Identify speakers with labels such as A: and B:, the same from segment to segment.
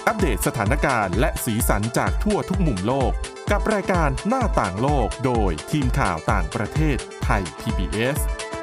A: อัปเดตสถานการณ์และสีสันจากทั่วทุกมุมโลกกับรายการหน้าต่างโลกโดยทีมข่าวต่างประเทศไทย PBS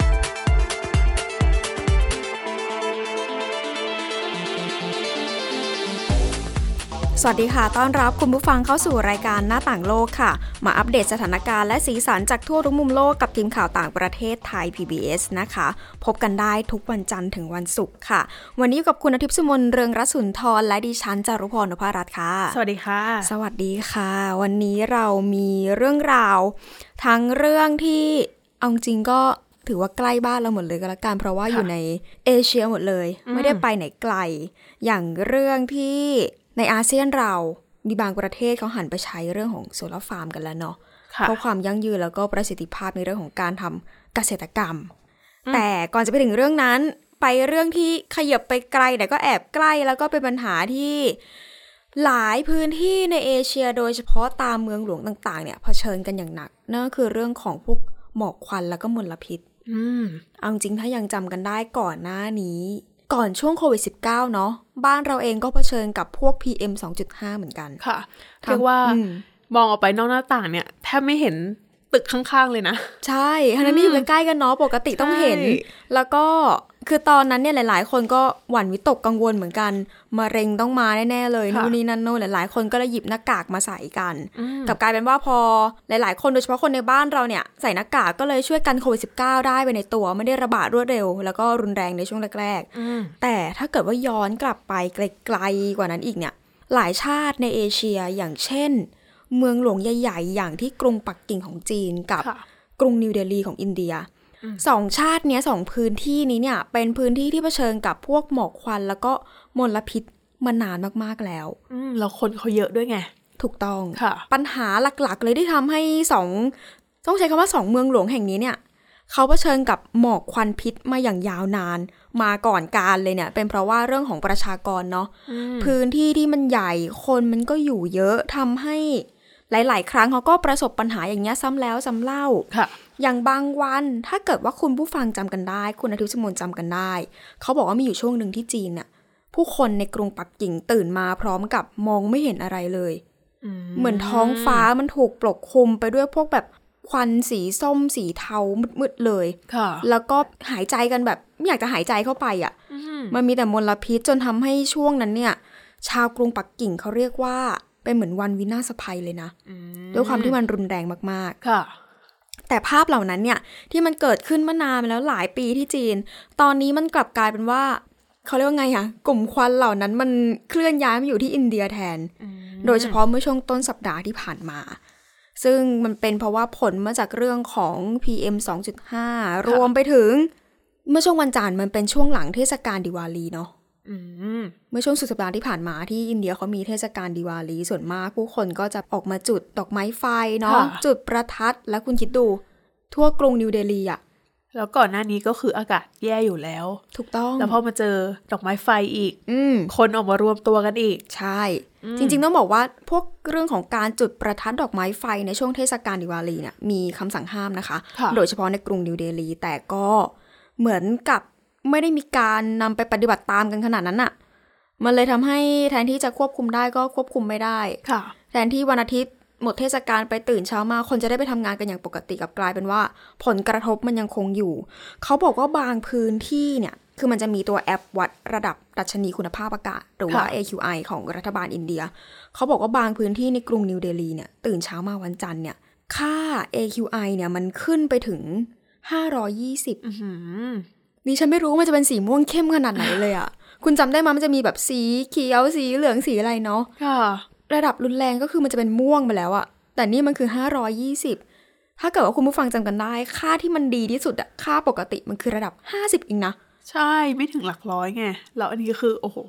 B: สวัสดีค่ะต้อนรับคุณผู้ฟังเข้าสู่รายการหน้าต่างโลกค่ะมาอัปเดตสถานการณ์และสีสันจากทั่วทุกมุมโลกกับทีมข่าวต่างประเทศไทย PBS นะคะพบกันได้ทุกวันจันทร์ถึงวันศุกร์ค่ะวันนี้อยู่กับคุณอาทิตย์สุมนเรืองรัศนทรและดิฉันจารุพร นพรัตน์ค่ะ
C: สวัสดีค่ะ
B: สวัสดีค่ะวันนี้เรามีเรื่องราวทั้งเรื่องที่เอาจริงก็ถือว่าใกล้บ้านเราหมดเลยก็แล้วกันเพราะว่าอยู่ในเอเชียหมดเลยไม่ได้ไปไหนไกลอย่างเรื่องที่ในอาเซียนเรามีบางประเทศเขาหันไปใช้เรื่องของโซลาร์ฟาร์มกันแล้วเนาะเพราะความยั่งยืนแล้วก็ประสิทธิภาพในเรื่องของการทำเกษตรกรรมแต่ก่อนจะไปถึงเรื่องนั้นไปเรื่องที่ขยับไปไกลแต่ก็แอบใกล้แล้วก็เป็นปัญหาที่หลายพื้นที่ในเอเชียโดยเฉพาะตามเมืองหลวงต่างๆเนี่ยเผชิญกันอย่างหนักนั่นก็คือเรื่องของพวกหมอกควันแล้วก็มลพิษเอาจริงถ้ายังจำกันได้ก่อนหน้านี้ก่อนช่วงโควิด -19 เนาะบ้านเราเองก็เผชิญกับพวก PM 2.5 เหมือนกัน
C: ค่ะเรียกว่ามองออกไปนอกหน้าต่างเนี่ยแทบไม่เห็นตึกข้างๆเลยนะ
B: ใช่ทั้งนั้นนี่อยู่ใกล้ๆกันเนาะปกติต้องเห็นแล้วก็คือตอนนั้นเนี่ยหลายๆคนก็หวั่นวิตกกังวลเหมือนกันมะเร็งต้องมาแน่ๆเลยนู่นนี่นั่นโน่นหลายๆคนก็เลยหยิบหน้ากากมาใส่กันกลับกลายเป็นว่าพอหลายๆคนโดยเฉพาะคนในบ้านเราเนี่ยใส่หน้ากากก็เลยช่วยกันโควิด -19 ได้ไปในตัวไม่ได้ระบาดรวดเร็วแล้วก็รุนแรงในช่วงแรกๆแต่ถ้าเกิดว่าย้อนกลับไปไกลๆกว่านั้นอีกเนี่ยหลายชาติในเอเชียอย่างเช่นเมืองหลวงใหญ่ๆอย่างที่กรุงปักกิ่งของจีนกับกรุงนิวเดลีของอินเดียสองชาติเนี้ยสองพื้นที่นี้เนี่ยเป็นพื้นที่ที่เผชิญกับพวกหมอกควันแล้วก็มลพิษมานานมากๆแล้ว
C: แล้วคนเขาเยอะด้วยไง
B: ถูกต้องปัญหาหลักๆเลยที่ทำให้ต้องใช้คำว่า2เมืองหลวงแห่งนี้เนี่ยเขาเผชิญกับหมอกควันพิษมาอย่างยาวนานมาก่อนกาลเลยเนี่ยเป็นเพราะว่าเรื่องของประชากรเนาะพื้นที่ที่มันใหญ่คนมันก็อยู่เยอะทำให้หลายๆครั้งเขาก็ประสบปัญหาอย่างเงี้ยซ้ำแล้วซ้ำเล่าอย่างบางวันถ้าเกิดว่าคุณผู้ฟังจำกันได้คุณอาทิตย์สุมนจำกันได้เขาบอกว่ามีอยู่ช่วงหนึ่งที่จีนน่ะผู้คนในกรุงปักกิ่งตื่นมาพร้อมกับมองไม่เห็นอะไรเลยเหมือนท้องฟ้ามันถูกปกคลุมไปด้วยพวกแบบควันสีส้มสีเทามืดๆเลยแล้วก็หายใจกันแบบไม่อยากจะหายใจเข้าไปอ่ะมันมีแต่มลพิษจนทำให้ช่วงนั้นเนี่ยชาวกรุงปักกิ่งเขาเรียกว่าเป็นเหมือนวันวินาศภัยเลยนะด้วยความที่มันรุนแรงมากๆแต่ภาพเหล่านั้นเนี่ยที่มันเกิดขึ้นมานานแล้วหลายปีที่จีนตอนนี้มันกลับกลายเป็นว่าเขาเรียกว่าไงอะกลุ่มควันเหล่านั้นมันเคลื่อนย้ายมาอยู่ที่อินเดียแทนโดยเฉพาะเมื่อช่วงต้นสัปดาห์ที่ผ่านมาซึ่งมันเป็นเพราะว่าผลมาจากเรื่องของ PM 2.5 รวมไปถึงเมื่อช่วงวันจันทร์มันเป็นช่วงหลังเทศกาลดิวาลีเนาะเมื่อช่วงสุดสัปดาห์ที่ผ่านมาที่อินเดียเขามีเทศกาลดิวาลีส่วนมากผู้คนก็จะออกมาจุดดอกไม้ไฟเนาะจุดประทัดแล้วคุณคิดดูทั่วกรุงนิวเดลีอ่ะ
C: แล้วก่อนหน้านี้ก็คืออากาศแย่อยู่แล้ว
B: ถูกต้อง
C: แล้วพอมาเจอดอกไม้ไฟอีกคนออกมารวมตัวกันอีก
B: ใช่จริงๆต้องบอกว่าพวกเรื่องของการจุดประทัดดอกไม้ไฟในช่วงเทศกาลดิวาลีเนี่ยมีคำสั่งห้ามนะคะโดยเฉพาะในกรุงนิวเดลีแต่ก็เหมือนกับไม่ได้มีการนำไปปฏิบัติตามกันขนาดนั้นน่ะมันเลยทำให้แทนที่จะควบคุมได้ก็ควบคุมไม่ได้แทนที่วันอาทิตย์หมดเทศกาลไปตื่นเช้ามาคนจะได้ไปทำงานกันอย่างปกติกับกลายเป็นว่าผลกระทบมันยังคงอยู่เขาบอกว่าบางพื้นที่เนี่ยคือมันจะมีตัวแอปวัดระดับดัชนีคุณภาพอากาศหรือว่า AQI ของรัฐบาลอินเดียเขาบอกว่าบางพื้นที่ในกรุงนิวเดลีเนี่ยตื่นเช้ามาวันจันทร์เนี่ยค่า AQI เนี่ยมันขึ้นไปถึง520ดิฉันไม่รู้มันจะเป็นสีม่วงเข้มขนาดไหนเลยอ่ะคุณจำได้มั้ยมันจะมีแบบสีเขียวสีเหลืองสีอะไรเนาะระดับรุนแรงก็คือมันจะเป็นม่วงไปแล้วอะแต่นี่มันคือ520ถ้าเกิดว่าคุณผู้ฟังจำกันได้ค่าที่มันดีที่สุดอะค่าปกติมันคือระดับ50เองนะ
C: ใช่ไม่ถึงหลักร้อยไงแล้วอันนี้คือโอ้โห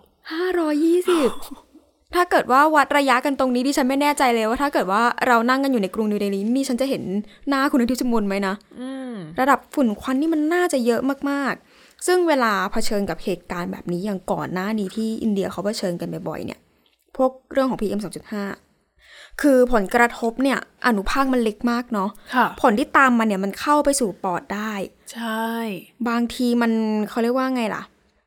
B: 520ถ้าเกิดว่าวัดระยะกันตรงนี้ดิฉันไม่แน่ใจเลยว่าถ้าเกิดว่าเรานั่งกันอยู่ในกรุงนิวเดลีนี่ฉันจะเห็นหน้าคุณอาทิตย์สุมนไหมนะระดับฝุ่นควันนี่มันน่าจะเยอะมากๆซึ่งเวลาเผชิญกับเหตุการณ์แบบนี้อย่างก่อนหน้านี้ที่อินเดียเขาเผชิญกันบ่อยๆเนี่ยพวกเรื่องของ PM 2.5 คือผลกระทบเนี่ยอนุภาคมันเล็กมากเนาะผลที่ตามมาเนี่ยมันเข้าไปสู่ปอดได้
C: ใช่
B: บางทีมันเขาเรียกว่าไงล่ะ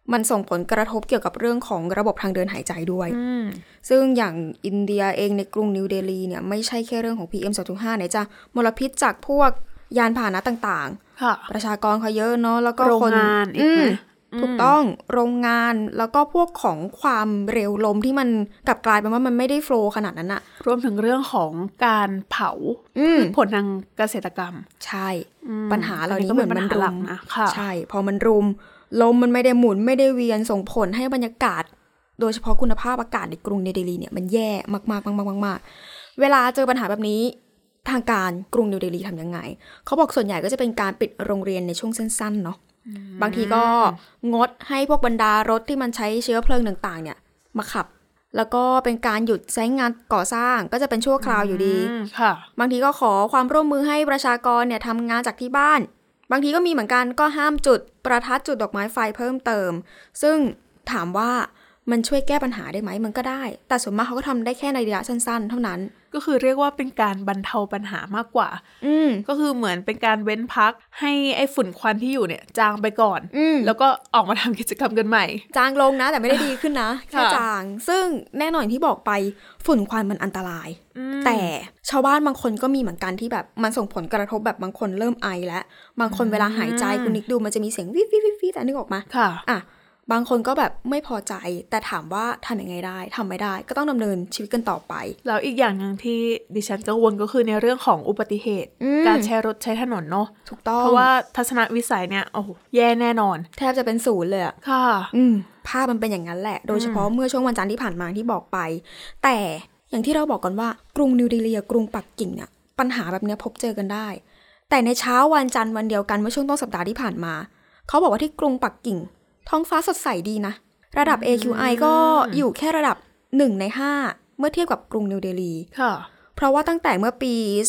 B: มันส่งผลกระทบเกี่ยวกับเรื่องของระบบทางเดินหายใจด้วยซึ่งอย่างอินเดียเองในกรุงนิวเดลีเนี่ยไม่ใช่แค่เรื่องของ PM 2.5 เนี่ยจะมลพิษจากพวกยานพาหนะต่างๆประชากรเขาเยอะเนาะแล้วก็
C: โรงงานอีกไหม
B: ถูกต้องโรงงานแล้วก็พวกของความเร็วลมที่มันกลับกลายเป็นว่ามันไม่ได้โฟลว์ขนาดนั้นอะ
C: รวมถึงเรื่องของการเผาผลทางเกษตรกรรม
B: ใช่ปัญหาเหล่านี้เหมือนมันรุมใช่พอมันรุมลมมันไม่ได้หมุนไม่ได้เวียนส่งผลให้บรรยากาศโดยเฉพาะคุณภาพอากาศในกรุงนิวเดลีเนี่ยมันแย่มากๆๆๆเวลาเจอปัญหาแบบนี้ทางการกรุงนิวเดลีทำยังไงเขาบอกส่วนใหญ่ก็จะเป็นการปิดโรงเรียนในช่วงสั้นๆเนาะบางทีก็งดให้พวกบรรดารถที่มันใช้เชื้อเพลิงต่างๆเนี่ยมาขับแล้วก็เป็นการหยุดใช้งานก่อสร้างก็จะเป็นชั่วคราวอยู่ดีบางทีก็ขอความร่วมมือให้ประชากรเนี่ยทำงานจากที่บ้านบางทีก็มีเหมือนกันก็ห้ามจุดประทัดจุดดอกไม้ไฟเพิ่มเติมซึ่งถามว่ามันช่วยแก้ปัญหาได้ไหมมันก็ได้แต่ส่วนมากเขาก็ทำได้แค่ในระยะสั้นๆเท่านั้น
C: ก็คือเรียกว่าเป็นการบรรเทาปัญหามากกว่าก็คือเหมือนเป็นการเว้นพักให้ไอ้ฝุ่นควันที่อยู่เนี่ยจางไปก่อนแล้วก็ออกมาทำกิจกรรมกันใหม่
B: จางลงนะแต่ไม่ได้ดีขึ้นนะแค่จางซึ่งแน่นอนที่บอกไปฝุ่นควันมันอันตรายแต่ชาวบ้านบางคนก็มีเหมือนกันที่แบบมันส่งผลกระทบแบบบางคนเริ่มไอแล้วบางคนเวลาหายใจคุณนิกดูมันจะมีเสียงวิบวิบวิบแต่นึกออกมาอ่ะบางคนก็แบบไม่พอใจแต่ถามว่าทำยังไงได้ทำไม่ได้ก็ต้องดำเนินชีวิตกันต่อไป
C: แล้วอีกอย่างนึงที่ดิฉันกังวลก็คือในเรื่องของอุบัติเหตุการใช้รถใช้ถนนเนาะ
B: ถูกต้อง
C: เพราะว่าทัศนวิสัยเนี่ยโอ้โหแย่แน่นอน
B: แทบจะเป็นศูนย์เลยอ่ะ
C: ค่ะ
B: ภาพมันเป็นอย่างนั้นแหละโดยเฉพาะเมื่อช่วงวันจันทร์ที่ผ่านมาที่บอกไปแต่อย่างที่เราบอกกันว่ากรุงนิวเดลีกรุงปักกิ่งเนี่ยปัญหาแบบนี้พบเจอกันได้แต่ในเช้าวันจันทร์วันเดียวกันเมื่อช่วงต้นสัปดาห์ที่ผ่านมาเขาบอกว่าที่กรุงปักกิ่งท้องฟ้าสดใสดีนะระดับ AQI ก็อยู่แค่ระดับ1ใน5เมื่อเทียบกับกรุงนิวเดลีเพราะว่าตั้งแต่เมื่อปี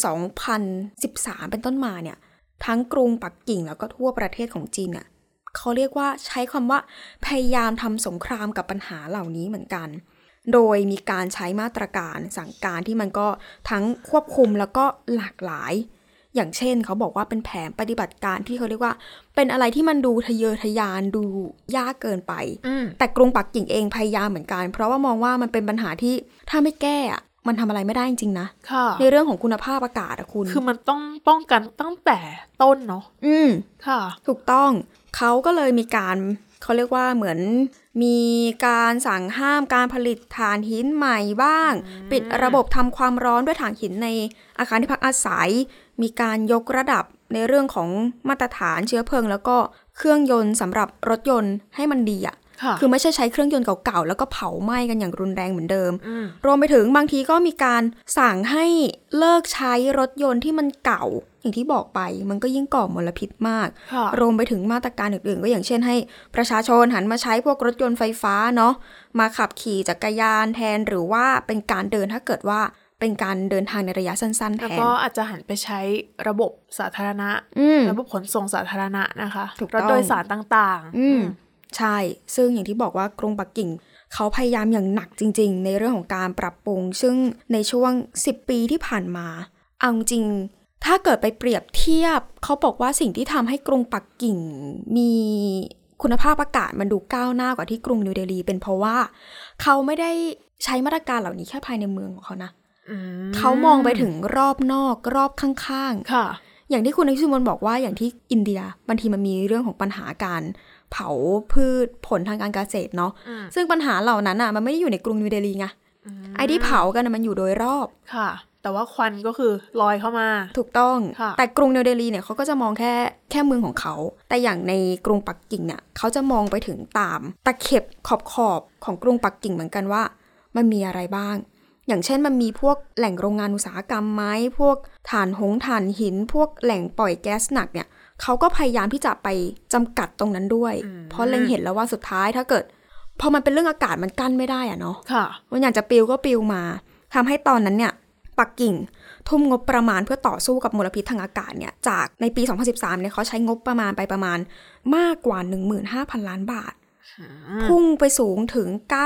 B: 2013 เป็นต้นมาเนี่ยทั้งกรุงปักกิ่งแล้วก็ทั่วประเทศของจีนเนี่ยเขาเรียกว่าใช้คำว่าพยายามทำสงครามกับปัญหาเหล่านี้เหมือนกันโดยมีการใช้มาตรการสั่งการที่มันก็ทั้งควบคุมแล้วก็หลากหลายอย่างเช่นเขาบอกว่าเป็นแผนปฏิบัติการที่เขาเรียกว่าเป็นอะไรที่มันดูทะเยอทะยานดูยากเกินไปแต่กรุงปักกิ่งเองพยายามเหมือนกันเพราะว่ามองว่ามันเป็นปัญหาที่ถ้าไม่แก้มันทำอะไรไม่ได้จริงๆนะในเรื่องของคุณภาพอากาศคุณ
C: คือมันต้องป้องกันตั้งแต่ต้นเนาะค่ะ
B: ถูกต้องเขาก็เลยมีการเขาเรียกว่าเหมือนมีการสั่งห้ามการผลิตถ่านหินใหม่บ้างปิดระบบทำความร้อนด้วยถ่านหินในอาคารที่พักอาศัยมีการยกระดับในเรื่องของมาตรฐานเชื้อเพลิงแล้วก็เครื่องยนต์สำหรับรถยนต์ให้มันดีคือไม่ใช่ใช้เครื่องยนต์เก่าๆแล้วก็เผาไหม้กันอย่างรุนแรงเหมือนเดิมรวมไปถึงบางทีก็มีการสั่งให้เลิกใช้รถยนต์ที่มันเก่าอย่างที่บอกไปมันก็ยิ่งก่อมลพิษมากรวมไปถึงมาตรการอื่นๆก็อย่างเช่นให้ประชาชนหันมาใช้พวกรถยนต์ไฟฟ้าเนาะมาขับขี่จักรยานแทนหรือว่าเป็นการเดินถ้าเกิดว่าเป็นการเดินทางในระยะสั้นๆแทน
C: แล้วก็อาจจะหันไปใช้ระบบสาธารณะระบบขนส่งสาธารณะนะคะรถโดยสารต่าง
B: ๆใช่ซึ่งอย่างที่บอกว่ากรุงปักกิ่งเขาพยายามอย่างหนักจริงๆในเรื่องของการปรับปรุงซึ่งในช่วง10ปีที่ผ่านมาเอาจริงถ้าเกิดไปเปรียบเทียบเขาบอกว่าสิ่งที่ทำให้กรุงปักกิ่งมีคุณภาพอากาศมันดูก้าวหน้ากว่าที่กรุงนิวเดลีเป็นเพราะว่าเขาไม่ได้ใช้มาตรการเหล่านี้แค่ภายในเมืองของเขานะเขามองไปถึงรอบนอกรอบข้าง
C: ๆค่ะ
B: อย่างที่คุณนิชุมนบอกว่าอย่างที่อินเดียบางทีมันมีเรื่องของปัญหาการเผาพืชผลทางการเกษตรเนาะซึ่งปัญหาเหล่านั้นมันไม่ได้อยู่ในกรุงนิวเดลีไงไอ้ที่เผากันมันอยู่โดยรอบ
C: ค่ะแต่ว่าควันก็คือลอยเข้ามา
B: ถูกต้องแต่กรุงนิวเดลีเนี่ยเขาก็จะมองแค่เมืองของเขาแต่อย่างในกรุงปักกิ่งเนี่ยเขาจะมองไปถึงตามตะเข็บขอบของกรุงปักกิ่งเหมือนกันว่ามันมีอะไรบ้างอย่างเช่นมันมีพวกแหล่งโรงงานอุตสาหกรรมไหมพวกถ่านหินพวกแหล่งปล่อยแก๊สหนักเนี่ยเขาก็พยายามที่จะไปจำกัดตรงนั้นด้วยเพราะเล็งเห็นแล้วว่าสุดท้ายถ้าเกิดพอมันเป็นเรื่องอากาศมันกั้นไม่ได้เนาะมันอยากจะปลิวก็ปลิวมาทำให้ตอนนั้นเนี่ยปักกิ่งทุ่มงบประมาณเพื่อต่อสู้กับมลพิษทางอากาศเนี่ยจากในปี2013เนี่ยเขาใช้งบประมาณไปประมาณมากกว่า 15,000 ล้านบาทพุ่งไปสูงถึง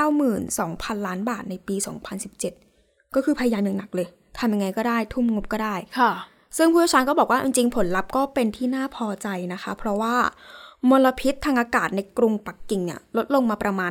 B: 92,000 ล้านบาทในปี 2017ก็คือพยายามอย่างหนักเลยทำยังไงก็ได้ทุ่มงบก็ได้ซึ่งผู้เชี่ยวชาญก็บอกว่าจริงๆผลลัพธ์ก็เป็นที่น่าพอใจนะคะเพราะว่ามมลพิษทางอากาศในกรุงปักกิ่งเนี่ยลดลงมาประมาณ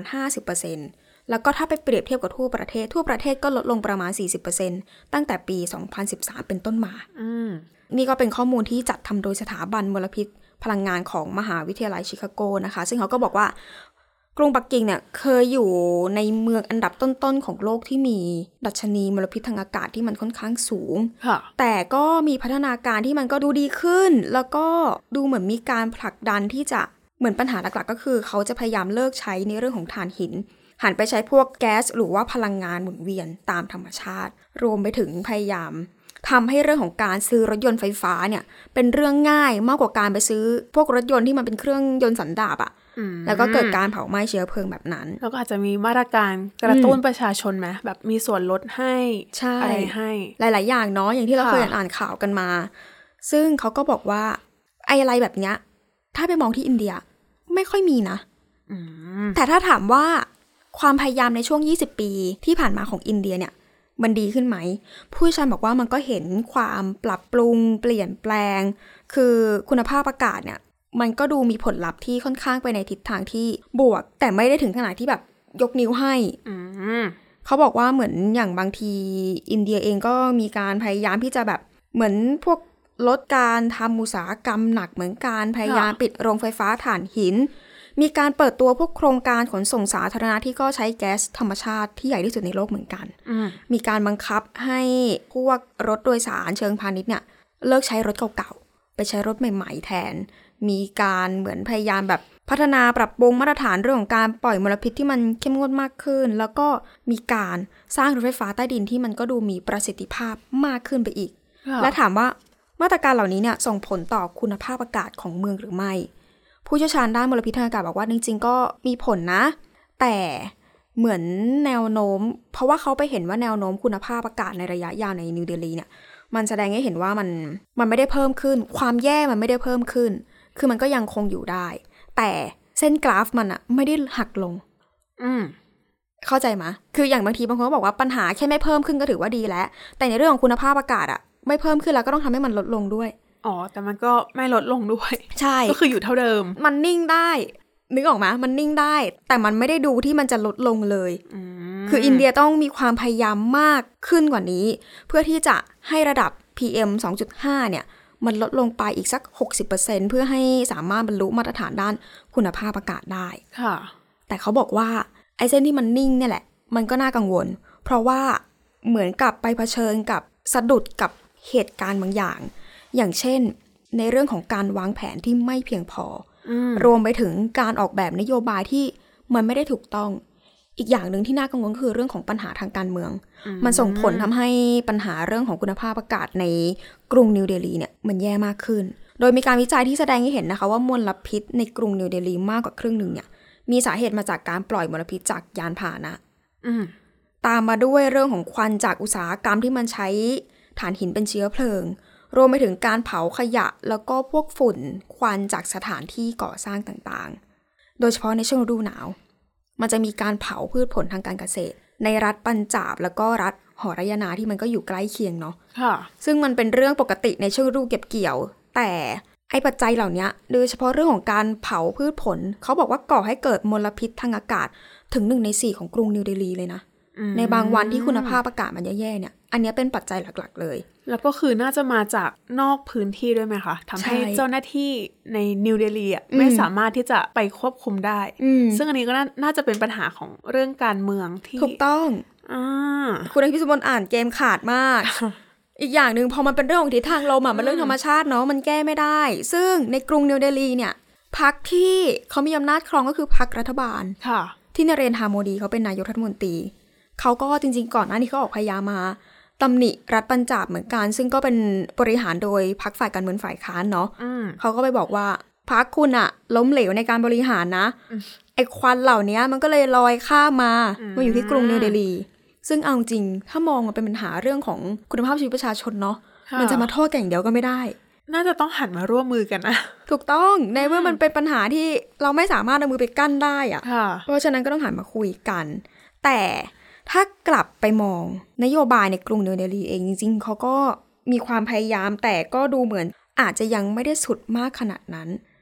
B: 50%แล้วก็ถ้าไปเปรียบเทียบกับทั่วประเทศก็ลดลงประมาณ 40% ตั้งแต่ปี 2013 เป็นต้นมานี่ก็เป็นข้อมูลที่จัดทำโดยสถาบันมลพิษพลังงานของมหาวิทยาลัยชิคาโกนะคะซึ่งเขาก็บอกว่ากรุงปักกิ่งเนี่ยเคยอยู่ในเมืองอันดับต้นๆของโลกที่มีดัชนีมลพิษทางอากาศที่มันค่อนข้างสูงแต่ก็มีพัฒนาการที่มันก็ดูดีขึ้นแล้วก็ดูเหมือนมีการผลักดันที่จะเหมือนปัญหาหลักๆก็คือเขาจะพยายามเลิกใช้ในเรื่องของถ่านหินหันไปใช้พวกแก๊สหรือว่าพลังงานหมุนเวียนตามธรรมชาติรวมไปถึงพยายามทำให้เรื่องของการซื้อรถยนต์ไฟฟ้าเนี่ยเป็นเรื่องง่ายมากกว่าการไปซื้อพวกรถยนต์ที่มันเป็นเครื่องยนต์สันดาปแล้วก็เกิดการเผาไหม้เชื้อเพลิงแบบนั้น
C: แล้วก็อาจจะมีมาตรการกระตุ้นประชาชนไหมแบบมีส่วนลดให้อะไรให้
B: หลายๆอย่างเนาะอย่างที่เราเคยอ่านข่าวกันมาซึ่งเขาก็บอกว่าอะไรแบบเนี้ยถ้าไปมองที่อินเดียไม่ค่อยมีนะแต่ถ้าถามว่าความพยายามในช่วง20ปีที่ผ่านมาของอินเดียเนี่ยมันดีขึ้นไหมผู้เชี่ยวชาญบอกว่ามันก็เห็นความปรับปรุงเปลี่ยนแปลงคือคุณภาพอากาศเนี่ยมันก็ดูมีผลลัพธ์ที่ค่อนข้างไปในทิศทางที่บวกแต่ไม่ได้ถึงขนาดที่แบบยกนิ้วให้เขาบอกว่าเหมือนอย่างบางทีอินเดียเองก็มีการพยายามที่จะแบบเหมือนพวกลดการทำอุตสาหกรรมหนักเหมือนการพยายามปิดโรงไฟฟ้าถ่านหินมีการเปิดตัวพวกโครงการขนส่งสาธารณะที่ก็ใช้แก๊สธรรมชาติที่ใหญ่ที่สุดในโลกเหมือนกันมีการบังคับให้พวกรถโดยสารเชิงพาณิชย์เนี่ยเลิกใช้รถเก่าๆไปใช้รถใหม่ๆแทนมีการเหมือนพยายามแบบพัฒนาปรับปรุงมาตรฐานเรื่องของการปล่อยมลพิษที่มันเข้มงวดมากขึ้นแล้วก็มีการสร้างรถไฟฟ้าใต้ดินที่มันก็ดูมีประสิทธิภาพมากขึ้นไปอีกและถามว่ามาตรการเหล่านี้เนี่ยส่งผลต่อคุณภาพอากาศของเมืองหรือไม่ผู้เชี่ยวชาญด้านมลพิษทางอากาศบอกว่าจริงๆก็มีผลนะแต่เหมือนแนวโน้มเพราะว่าเขาไปเห็นว่าแนวโน้มคุณภาพอากาศในระยะยาวในนิวเดลีเนี่ยมันแสดงให้เห็นว่ามันไม่ได้เพิ่มขึ้นความแย่มันไม่ได้เพิ่มขึ้นคือมันก็ยังคงอยู่ได้แต่เส้นกราฟมันอะไม่ได้หักลงเข้าใจไหมคืออย่างบางทีบางคนก็บอกว่าปัญหาแค่ไม่เพิ่มขึ้นก็ถือว่าดีแล้วแต่ในเรื่องของคุณภาพอากาศอะไม่เพิ่มขึ้นแล้วก็ต้องทำให้มันลดลงด้วย
C: แต่มันก็ไม่ลดลงด้วย
B: ใช่
C: ก็คืออยู่เท่าเดิม
B: มันนิ่งได้นึกออกไหมมันนิ่งได้แต่มันไม่ได้ดูที่มันจะลดลงเลยคืออินเดียต้องมีความพยายามมากขึ้นกว่านี้เพื่อที่จะให้ระดับ PM 2.5 เนี่ยมันลดลงไปอีกสัก 60% เพื่อให้สามารถบรรลุมาตรฐานด้านคุณภาพอากาศได้
C: ค่ะ
B: แต่เขาบอกว่าไอ้เส้นที่มันนิ่งเนี่ยแหละมันก็น่ากังวลเพราะว่าเหมือนกับไปเผชิญกับสะดุดกับเหตุการณ์บางอย่างเช่นในเรื่องของการวางแผนที่ไม่เพียงพอรวมไปถึงการออกแบบนโยบายที่มันไม่ได้ถูกต้องอีกอย่างหนึ่งที่น่ากังวลคือเรื่องของปัญหาทางการเมืองมันส่งผลทำให้ปัญหาเรื่องของคุณภาพอากาศในกรุงนิวเดลีเนี่ยมันแย่มากขึ้นโดยมีการวิจัยที่แสดงให้เห็นนะคะว่ามลพิษในกรุงนิวเดลีมากกว่าครึ่งหนึ่งเนี่ยมีสาเหตุมาจากการปล่อยมลพิษจากยานพาหนะตามมาด้วยเรื่องของควันจากอุตสาหกรรมที่มันใช้ถ่านหินเป็นเชื้อเพลิงรวมไปถึงการเผาขยะแล้วก็พวกฝุ่นควันจากสถานที่ก่อสร้างต่างๆโดยเฉพาะในช่วงฤดูหนาวมันจะมีการเผาพืชผลทางการเกษตรในรัฐปัญจาบแล้วก็รัฐหรยนาที่มันก็อยู่ใกล้เคียงเนาะซึ่งมันเป็นเรื่องปกติในช่วงฤดูเก็บเกี่ยวแต่ไอ้ปัจจัยเหล่านี้โดยเฉพาะเรื่องของการเผาพืชผลเขาบอกว่าก่อให้เกิดมลพิษทางอากาศถึง1 ใน 4ของกรุงนิวเดลีเลยนะในบางวันที่คุณภาพอากาศมันแย่ๆเนี่ยอันนี้เป็นปัจจัยหลักๆเลย
C: แล้วก็คือน่าจะมาจากนอกพื้นที่ด้วยไหมคะทำให้เจ้าหน้าที่ในนิวเดลีไม่สามารถที่จะไปควบคุมได้ซึ่งอันนี้ก็น่าจะเป็นปัญหาของเรื่องการเมืองที่
B: ถูกต้องคุณอภิสมนอ่านเกมขาดมาก อีกอย่างหนึ่งพอมันเป็นเรื่องของทิศทางลมมันเรื่องธรรมชาติเนาะมันแก้ไม่ได้ซึ่งในกรุงนิวเดลีเนี่ยพรรคที่เขามีอำนาจครองก็คือพรรครัฐบาลที่นเรนทราโมดีเขาเป็นนายกรัฐมนตรีเขาก็จริงๆก่อนหน้านี้เขาออกพยายามมาตำหนิรัฐปัญจาบเหมือนกันซึ่งก็เป็นบริหารโดยพรรคฝ่ายการเมืองฝ่ายค้านเนาะเขาก็ไปบอกว่าพรรคคุณอะล้มเหลวในการบริหารนะไอ้ควันเหล่านี้มันก็เลยลอยข้ามมาอยู่ที่กรุงนิวเดลีซึ่งเอาจริงถ้ามองมันเป็นปัญหาเรื่องของคุณภาพชีวิตประชาชนเนาะมันจะมาโทษกันอย่างเดียวก็ไม่ได้
C: น่าจะต้องหันมาร่วมมือกันนะ
B: ถูกต้องในเมื่อมันเป็นปัญหาที่เราไม่สามารถเอามือไปกั้นได้อะเพราะฉะนั้นก็ต้องหันมาคุยกันแต่ถ้ากลับไปมองนโยบายในกรุงนิวเดลีเองจริงๆเขาก็มีความพยายามแต่ก็ดูเหมือนอาจจะยังไม่ได้สุดมากขนาดนั้น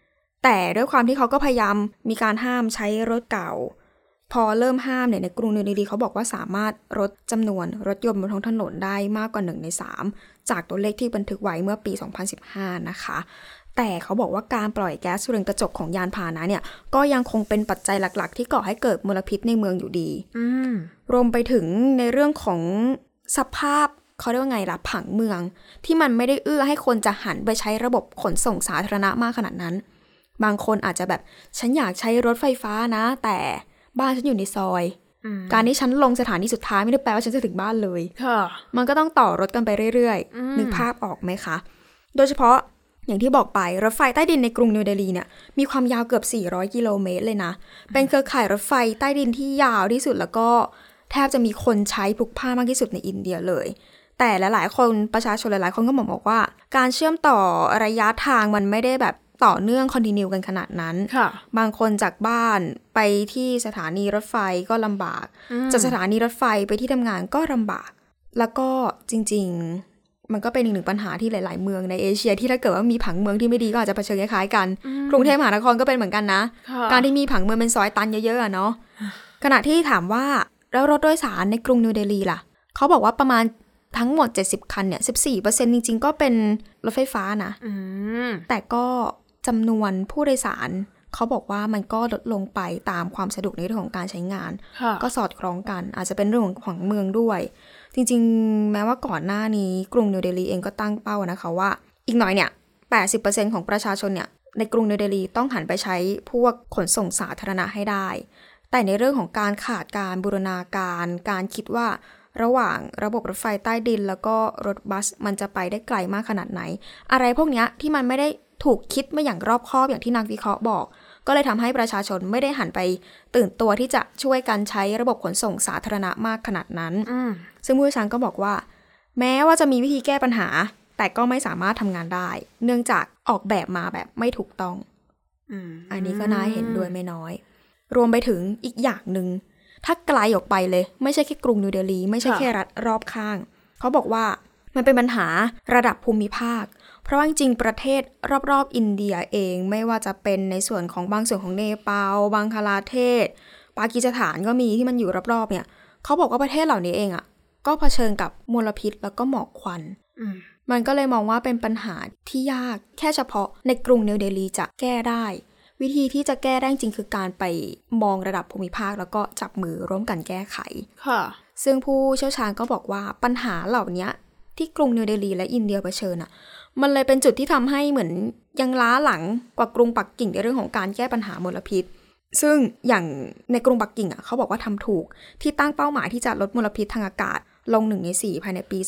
B: แต่ด้วยความที่เขาก็พยายามมีการห้ามใช้รถเก่าพอเริ่มห้ามเนี่ยในกรุงนิวเดลีเขาบอกว่าสามารถลดจำนวนรถยนต์บนท้องถนนได้มากกว่า1 ใน 3จากตัวเลขที่บันทึกไว้เมื่อปี 2015 นะคะแต่เขาบอกว่าการปล่อยแก๊สเรือนกระจกของยานพาหนะเนี่ยก็ยังคงเป็นปัจจัยหลักๆที่ก่อให้เกิดมลพิษในเมืองอยู่ดีรวมไปถึงในเรื่องของสภาพเขาเรียกว่าไงล่ะผังเมืองที่มันไม่ได้เอื้อให้คนจะหันไปใช้ระบบขนส่งสาธารณะมากขนาดนั้นบางคนอาจจะแบบฉันอยากใช้รถไฟฟ้านะแต่บ้านฉันอยู่ในซอยการที่ฉันลงสถานีสุดท้ายไม่ได้แปลว่าฉันจะถึงบ้านเลยมันก็ต้องต่อรถกันไปเรื่อยๆนึกภาพออกไหมคะโดยเฉพาะอย่างที่บอกไปรถไฟใต้ดินในกรุงนิวเดลีเนี่ยมีความยาวเกือบ400 กิโลเมตรเลยนะเป็นเครือข่ายรถไฟใต้ดินที่ยาวที่สุดแล้วก็แทบจะมีคนใช้พลุกพล่านมากที่สุดในอินเดียเลยแต่หลายๆคนประชาชนหลายๆคนก็บอกว่าการเชื่อมต่อระยะทางมันไม่ได้แบบต่อเนื่องคอนทินิวกันขนาดนั้นบางคนจากบ้านไปที่สถานีรถไฟก็ลำบากจากสถานีรถไฟไปที่ทำงานก็ลำบากแล้วก็จริงๆมันก็เป็นอีกหนึ่งปัญหาที่หลายๆเมืองในเอเชียที่ถ้าเกิดว่ามีผังเมืองที่ไม่ดีก็อาจจะเผชิญคล้ายๆกันกรุงเทพมหานครก็เป็นเหมือนกันนะการที่มีผังเมืองเป็นซอยตันเยอะๆเนาะขณะที่ถามว่าแล้วรถโดยสารในกรุงนิวเดลีล่ะเขาบอกว่าประมาณทั้งหมด70 คันเนี่ย 14% จริงๆก็เป็นรถไฟฟ้านะแต่ก็จำนวนผู้โดยสารเขาบอกว่ามันก็ลดลงไปตามความสะดวกในเรื่องของการใช้งานก็สอดคล้องกันอาจจะเป็นเรื่องของเมืองด้วยจริงๆแม้ว่าก่อนหน้านี้กรุงนิวเดลีเองก็ตั้งเป้านะคะว่าอีกหน่อยเนี่ย 80% ของประชาชนเนี่ยในกรุงนิวเดลีต้องหันไปใช้พวกขนส่งสาธารณะให้ได้แต่ในเรื่องของการขาดการบูรณาการคิดว่าระหว่างระบบรถไฟใต้ดินแล้วก็รถบัสมันจะไปได้ไกลมากขนาดไหนอะไรพวกนี้ที่มันไม่ได้ถูกคิดมาอย่างรอบคอบอย่างที่นักวิเคราะห์บอกก็เลยทำให้ประชาชนไม่ได้หันไปตื่นตัวที่จะช่วยกันใช้ระบบขนส่งสาธารณะมากขนาดนั้นซึ่งผู้เชี่ยวชาญก็บอกว่าแม้ว่าจะมีวิธีแก้ปัญหาแต่ก็ไม่สามารถทำงานได้เนื่องจากออกแบบมาแบบไม่ถูกต้องอันนี้ก็น่าเห็นด้วยไม่น้อยรวมไปถึงอีกอย่างนึงถ้าไกลออกไปเลยไม่ใช่แค่กรุงนิวเดลีไม่ใช่แค่รัฐรอบข้างเขาบอกว่ามันเป็นปัญหาระดับภูมิภาคเพราะว่าจริงๆประเทศรอบๆอินเดียเองไม่ว่าจะเป็นในส่วนของบางส่วนของเนปาลบังคลาเทศปากีสถานก็มีที่มันอยู่รอบๆเนี่ยเขาบอกว่าประเทศเหล่านี้เองอ่ะก็เผชิญกับมลพิษแล้วก็หมอกควันมันก็เลยมองว่าเป็นปัญหาที่ยากแค่เฉพาะในกรุงนิวเดลีจะแก้ได้วิธีที่จะแก้ได้จริงคือการไปมองระดับภูมิภาคแล้วก็จับมือร่วมกันแก้ไขค่ะซึ่งผู้เชี่ยวชาญก็บอกว่าปัญหาเหล่านี้ที่กรุงนิวเดลีและอินเดียเผชิญอ่ะมันเลยเป็นจุดที่ทำให้เหมือนยังล้าหลังกว่ากรุงปักกิ่งในเรื่องของการแก้ปัญหามลพิษซึ่งอย่างในกรุงปักกิ่งอ่ะเขาบอกว่าทำถูกที่ตั้งเป้าหมายที่จะลดมลพิษทางอากาศลง1 ใน 4ภายในปี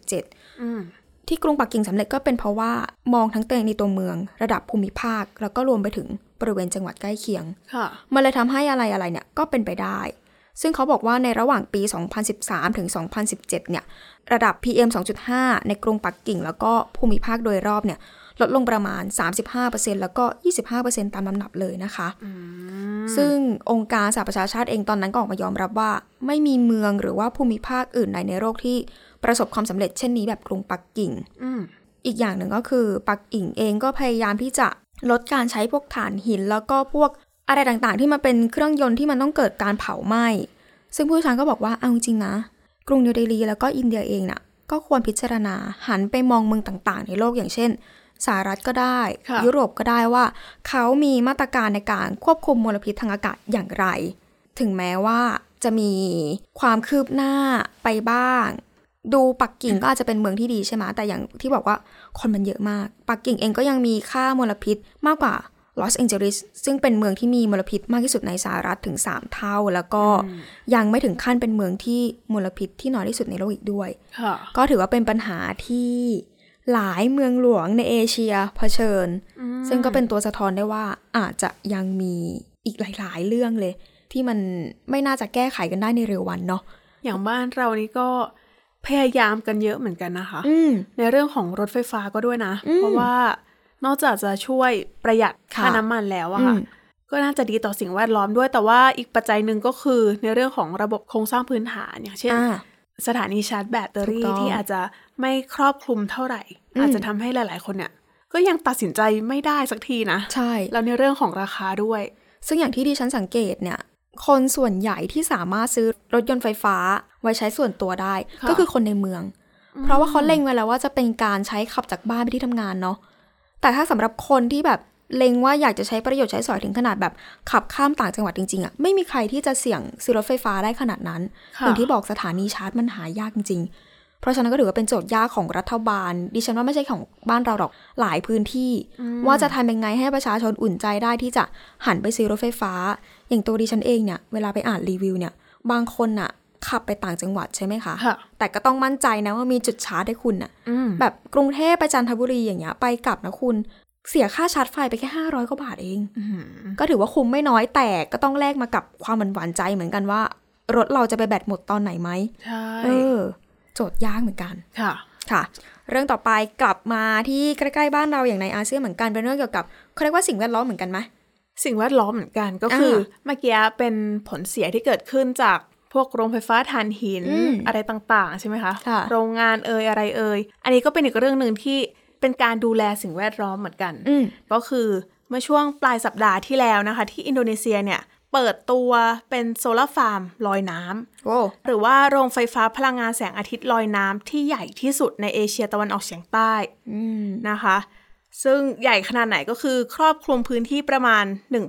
B: 2017ที่กรุงปักกิ่งสำเร็จก็เป็นเพราะว่ามองทั้งในตัวเมืองระดับภูมิภาคแล้วก็รวมไปถึงบริเวณจังหวัดใกล้เคียงมันเลยทำให้อะไรเนี่ยก็เป็นไปได้ซึ่งเขาบอกว่าในระหว่างปี 2013 ถึง 2017 เนี่ยระดับ PM 2.5 ในกรุงปักกิ่งแล้วก็ภูมิภาคโดยรอบเนี่ยลดลงประมาณ 35% แล้วก็ 25% ตามลำดับเลยนะคะซึ่งองค์การสหประชาชาติเองตอนนั้นก็ออกมายอมรับว่าไม่มีเมืองหรือว่าภูมิภาคอื่นใดในโลกที่ประสบความสำเร็จเช่นนี้แบบกรุงปักกิ่งอีกอย่างหนึ่งก็คือปักกิ่งเองก็พยายามที่จะลดการใช้พวกถ่านหินแล้วก็พวกอะไรต่างๆที่มันเป็นเครื่องยนต์ที่มันต้องเกิดการเผาไหม้ซึ่งผู้เชี่ยวชาญก็บอกว่าเอาจริงนะกรุงนิวเดลีแล้วก็อินเดียเองน่ะก็ควรพิจารณาหันไปมองเมืองต่างๆในโลกอย่างเช่นสหรัฐก็ได้ยุโรปก็ได้ว่าเขามีมาตรการในการควบคุมมลพิษทางอากาศอย่างไรถึงแม้ว่าจะมีความคืบหน้าไปบ้างดูปักกิ่งก็อาจจะเป็นเมืองที่ดีใช่ไหมแต่อย่างที่บอกว่าคนมันเยอะมากปักกิ่งเองก็ยังมีค่ามลพิษมากกว่าลอสแองเจลิสซึ่งเป็นเมืองที่มีมลพิษมากที่สุดในสหรัฐถึง3 เท่าแล้วก็ยังไม่ถึงขั้นเป็นเมืองที่มลพิษที่น้อยที่สุดในโลกอีกด้วยก็ถือว่าเป็นปัญหาที่หลายเมืองหลวงในเอเชียเผชิญซึ่งก็เป็นตัวสะท้อนได้ว่าอาจจะยังมีอีกหลายๆเรื่องเลยที่มันไม่น่าจะแก้ไขกันได้ในเร็ววันเนาะ
C: อย่างบ้านเรานี่ก็พยายามกันเยอะเหมือนกันนะคะในเรื่องของรถไฟฟ้าก็ด้วยนะเพราะว่านอกจากจะช่วยประหยัดค่าน้ำมันแล้วอะค่ะก็น่าจะดีต่อสิ่งแวดล้อมด้วยแต่ว่าอีกปัจจัยหนึ่งก็คือในเรื่องของระบบโครงสร้างพื้นฐานอย่างเช่นสถานีชาร์จแบตเตอรี่ที่อาจจะไม่ครอบคลุมเท่าไหร่อาจจะทำให้หลายๆคนเนี่ยก็ยังตัดสินใจไม่ได้สักทีนะ
B: ใช่
C: แล้วในเรื่องของราคาด้วย
B: ซึ่งอย่างที่ดิฉันสังเกตเนี่ยคนส่วนใหญ่ที่สามารถซื้อรถยนต์ไฟฟ้าไว้ใช้ส่วนตัวได้ก็คือคนในเมืองเพราะว่าเขาเล็งไว้แล้วว่าจะเป็นการใช้ขับจากบ้านไปที่ทำงานเนาะแต่ถ้าสำหรับคนที่แบบเล็งว่าอยากจะใช้ประโยชน์ใช้สอยถึงขนาดแบบขับข้ามต่างจังหวัดจริงๆอ่ะไม่มีใครที่จะเสี่ยงซื้อรถไฟฟ้าได้ขนาดนั้นอย่างที่บอกสถานีชาร์จมันหายากจริงๆเพราะฉะนั้นก็ถือว่าเป็นโจทย์ยากของรัฐบาลดิฉันว่าไม่ใช่ของบ้านเราหรอกหลายพื้นที่ว่าจะทำยังไงให้ประชาชนอุ่นใจได้ที่จะหันไปซื้อรถไฟฟ้าอย่างตัวดิฉันเองเนี่ยเวลาไปอ่านรีวิวเนี่ยบางคนน่ะขับไปต่างจังหวัดใช่ไหมคะแต่ก็ต้องมั่นใจนะว่ามีจุดชาร์จให้คุณน่ะแบบกรุงเทพไปจันทบุรีอย่างเงี้ยไปกลับนะคุณเสียค่าชาร์จไฟไปแค่500 กว่าบาทเองก็ถือว่าคุ้มไม่น้อยแต่ก็ต้องแลกมากับความหวั่นใจเหมือนกันว่ารถเราจะไปแบตหมดตอนไหนไหม
C: ใช่
B: โจทย์ยากเหมือนกัน
C: ค่ะ
B: เรื่องต่อไปกลับมาที่ใกล้ๆบ้านเราอย่างในอาเซียนเหมือนกันเป็นเรื่องเกี่ยวกับเขาเรียกว่าสิ่งแวดล้อมเหมือนกันไหม
C: สิ่งแวดล้อมเหมือนกันก็คือเมื่อกี้เป็นผลเสียที่เกิดขึ้นจากพวกโรงไฟฟ้าถ่านหินอะไรต่างๆใช่ไหมคะโรงงานอะไรอันนี้ก็เป็นอีกเรื่องนึงที่เป็นการดูแลสิ่งแวดล้อมเหมือนกันก็คือเมื่อช่วงปลายสัปดาห์ที่แล้วนะคะที่อินโดนีเซียเนี่ยเปิดตัวเป็นโซลาร์ฟาร์มลอยน้ำหรือว่าโรงไฟฟ้าพลังงานแสงอาทิตย์ลอยน้ำที่ใหญ่ที่สุดในเอเชียตะวันออกเฉียงใต้นะคะซึ่งใหญ่ขนาดไหนก็คือครอบคลุมพื้นที่ประมาณ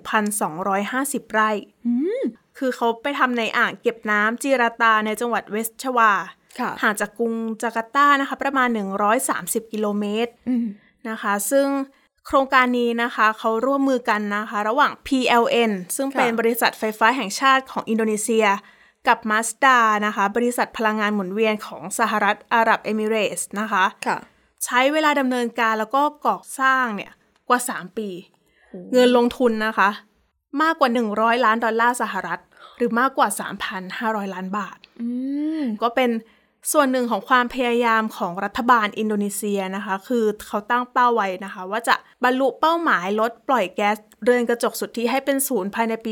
C: 1,250 ไร่คือเขาไปทำในอ่างเก็บน้ำจิราตาในจังหวัดเวสชวาห่างจากกรุงจาการ์ตานะคะประมาณ130กิโลเมตรนะคะซึ่งโครงการนี้นะคะเขาร่วมมือกันนะคะระหว่าง PLN ซึ่งเป็นบริษัทไฟฟ้าแห่งชาติของอินโดนีเซียกับ Mazda นะคะบริษัทพลังงานหมุนเวียนของสหรัฐอาหรับเอมิเรตส์นะคะใช้เวลาดำเนินการแล้วก็ก่อสร้างเนี่ยกว่า3ปีเงินลงทุนนะคะมากกว่า$100 ล้านสหรัฐหรือมากกว่า 3,500 ล้านบาทก็เป็นส่วนหนึ่งของความพยายามของรัฐบาลอินโดนีเซียนะคะคือเขาตั้งเป้าไว้นะคะว่าจะบรรลุเป้าหมายลดปล่อยแก๊สเรือนกระจกสุทธิให้เป็นศูนย์ภายในปี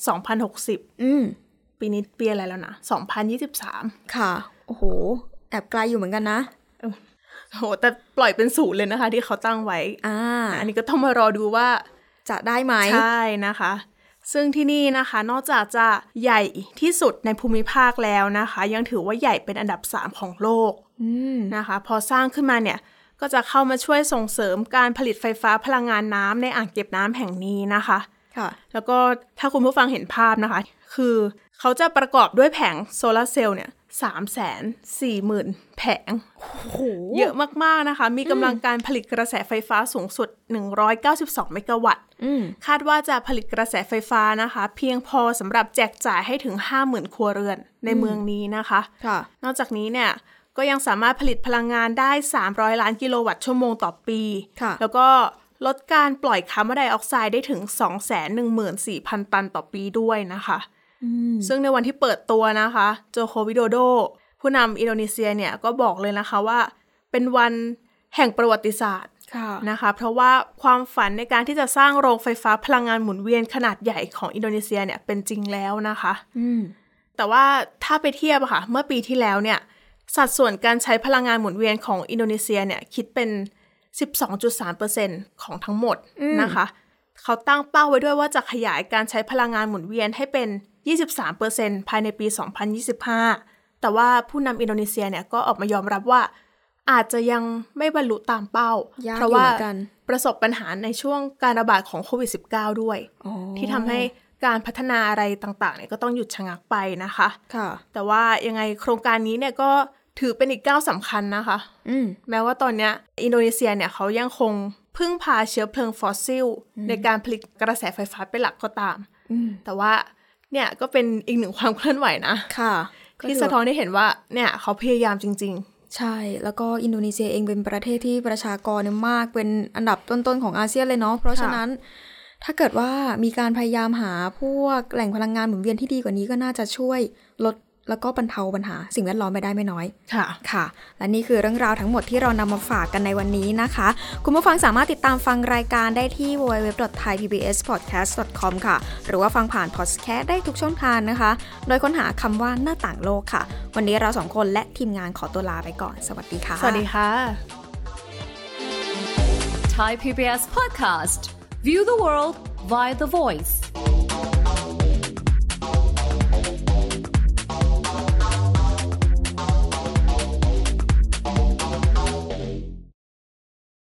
C: 2060ปีนี้ปีอะไรแล้วนะ2023
B: ค่ะโอ้โหแอบไกลอยู่เหมือนกันนะ
C: โหแต่ปล่อยเป็นศูนย์เลยนะคะที่เขาตั้งไว้อันนี้ก็ต้องมารอดูว่า
B: จะได้ไหม
C: ใช่นะคะซึ่งที่นี่นะคะนอกจากจะใหญ่ที่สุดในภูมิภาคแล้วนะคะยังถือว่าใหญ่เป็นอันดับ3ของโลกนะคะพอสร้างขึ้นมาเนี่ยก็จะเข้ามาช่วยส่งเสริมการผลิตไฟฟ้าพลังงานน้ำในอ่างเก็บน้ำแห่งนี้นะคะแล้วก็ถ้าคุณผู้ฟังเห็นภาพนะคะคือเขาจะประกอบด้วยแผงโซลาร์เซลล์เนี่ย340,000 แผงเยอะมากๆนะคะมีกำลังการผลิตกระแสไฟฟ้าสูงสุด192เมกะวัตต์คาดว่าจะผลิตกระแสไฟฟ้านะคะเพียงพอสำหรับแจกจ่ายให้ถึง 50,000 ครัวเรือนในเมืองนี้นะคะนอกจากนี้เนี่ยก็ยังสามารถผลิตพลังงานได้300 ล้านกิโลวัตต์ชั่วโมงต่อปีแล้วก็ลดการปล่อยคาร์บอนไดออกไซด์ได้ถึง 214,000 ตันต่อปีด้วยนะคะซึ่งในวันที่เปิดตัวนะคะโจโควิโดโดผู้นำอินโดนีเซียเนี่ยก็บอกเลยนะคะว่าเป็นวันแห่งประวัติศาสตร์นะคะเพราะว่าความฝันในการที่จะสร้างโรงไฟฟ้าพลังงานหมุนเวียนขนาดใหญ่ของอินโดนีเซียเนี่ยเป็นจริงแล้วนะคะแต่ว่าถ้าไปเทียบค่ะเมื่อปีที่แล้วเนี่ยสัดส่วนการใช้พลังงานหมุนเวียนของอินโดนีเซียเนี่ยคิดเป็น 12.3% ของทั้งหมดนะคะเขาตั้งเป้าไว้ด้วยว่าจะขยายการใช้พลังงานหมุนเวียนให้เป็น 23% ภายในปี 2025 แต่ว่าผู้นำอินโดนีเซียเนี่ยก็ออกมายอมรับว่าอาจจะยังไม่บรรลุตามเป้าเพราะว่าประสบปัญหาในช่วงการระบาดของโควิด -19 ด้วยที่ทำให้การพัฒนาอะไรต่างๆเนี่ยก็ต้องหยุดชะงักไปนะคะแต่ว่ายังไงโครงการนี้เนี่ยก็ถือเป็นอีกก้าวสำคัญนะคะแม้ว่าตอนนี้อินโดนีเซียเนี่ยเขายังคงพึ่งพาเชื้อเพลิงฟอสซิลในการผลิตกระแสไฟฟ้าเป็นหลักก็ตามแต่ว่าเนี่ยก็เป็นอีกหนึ่งความเคลื่อนไหวนะที่สะท้อนให้เห็นว่าเนี่ยเขาพยายามจริงๆ
B: ใช่แล้วก็อินโดนีเซียเองเป็นประเทศที่ประชากรเนี่ยมากเป็นอันดับต้นๆของอาเซียนเลยเนาะเพราะฉะนั้นถ้าเกิดว่ามีการพยายามหาพวกแหล่งพลังงานหมุนเวียนที่ดีกว่านี้ก็น่าจะช่วยลดแล้วก็บรรเทาปัญหาสิ่งแวดล้อมไปได้ไม่น้อยค่ะและนี่คือเรื่องราวทั้งหมดที่เรานำมาฝากกันในวันนี้นะคะคุณผู้ฟังสามารถติดตามฟังรายการได้ที่ www.thaipbspodcast.com ค่ะหรือว่าฟังผ่านพอดแคสต์ได้ทุกช่องทางนะคะโดยค้นหาคำว่าหน้าต่างโลกค่ะวันนี้เรา2คนและทีมงานขอตัวลาไปก่อนสวัสดีค่ะ
C: สวัสดีค่ะ
D: Thai PBS podcast. View the world via the voice.